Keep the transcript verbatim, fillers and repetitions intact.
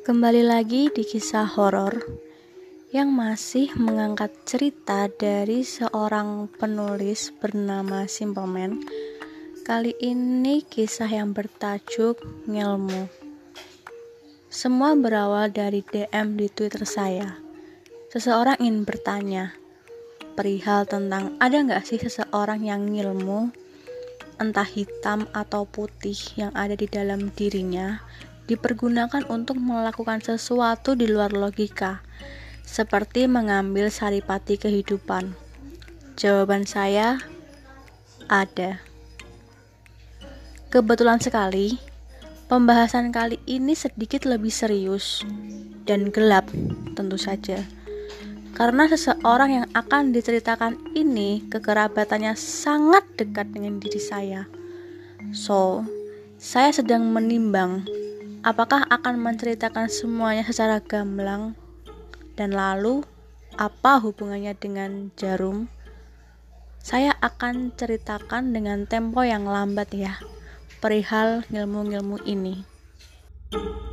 Kembali lagi di kisah horor yang masih mengangkat cerita dari seorang penulis bernama Simple Man. Kali ini kisah yang bertajuk Ngelmu. Semua berawal dari D M di Twitter saya. Seseorang ingin bertanya perihal tentang ada nggak sih seseorang yang ngilmu, entah hitam atau putih, yang ada di dalam dirinya dipergunakan untuk melakukan sesuatu di luar logika, seperti mengambil saripati kehidupan. Jawaban saya, ada. Kebetulan sekali, pembahasan kali ini sedikit lebih serius dan gelap tentu saja. Karena seseorang yang akan diceritakan ini kekerabatannya sangat dekat dengan diri saya. So, saya sedang menimbang apakah akan menceritakan semuanya secara gamblang, dan lalu apa hubungannya dengan jarum. Saya akan ceritakan dengan tempo yang lambat ya, perihal ngilmu-ngilmu ini.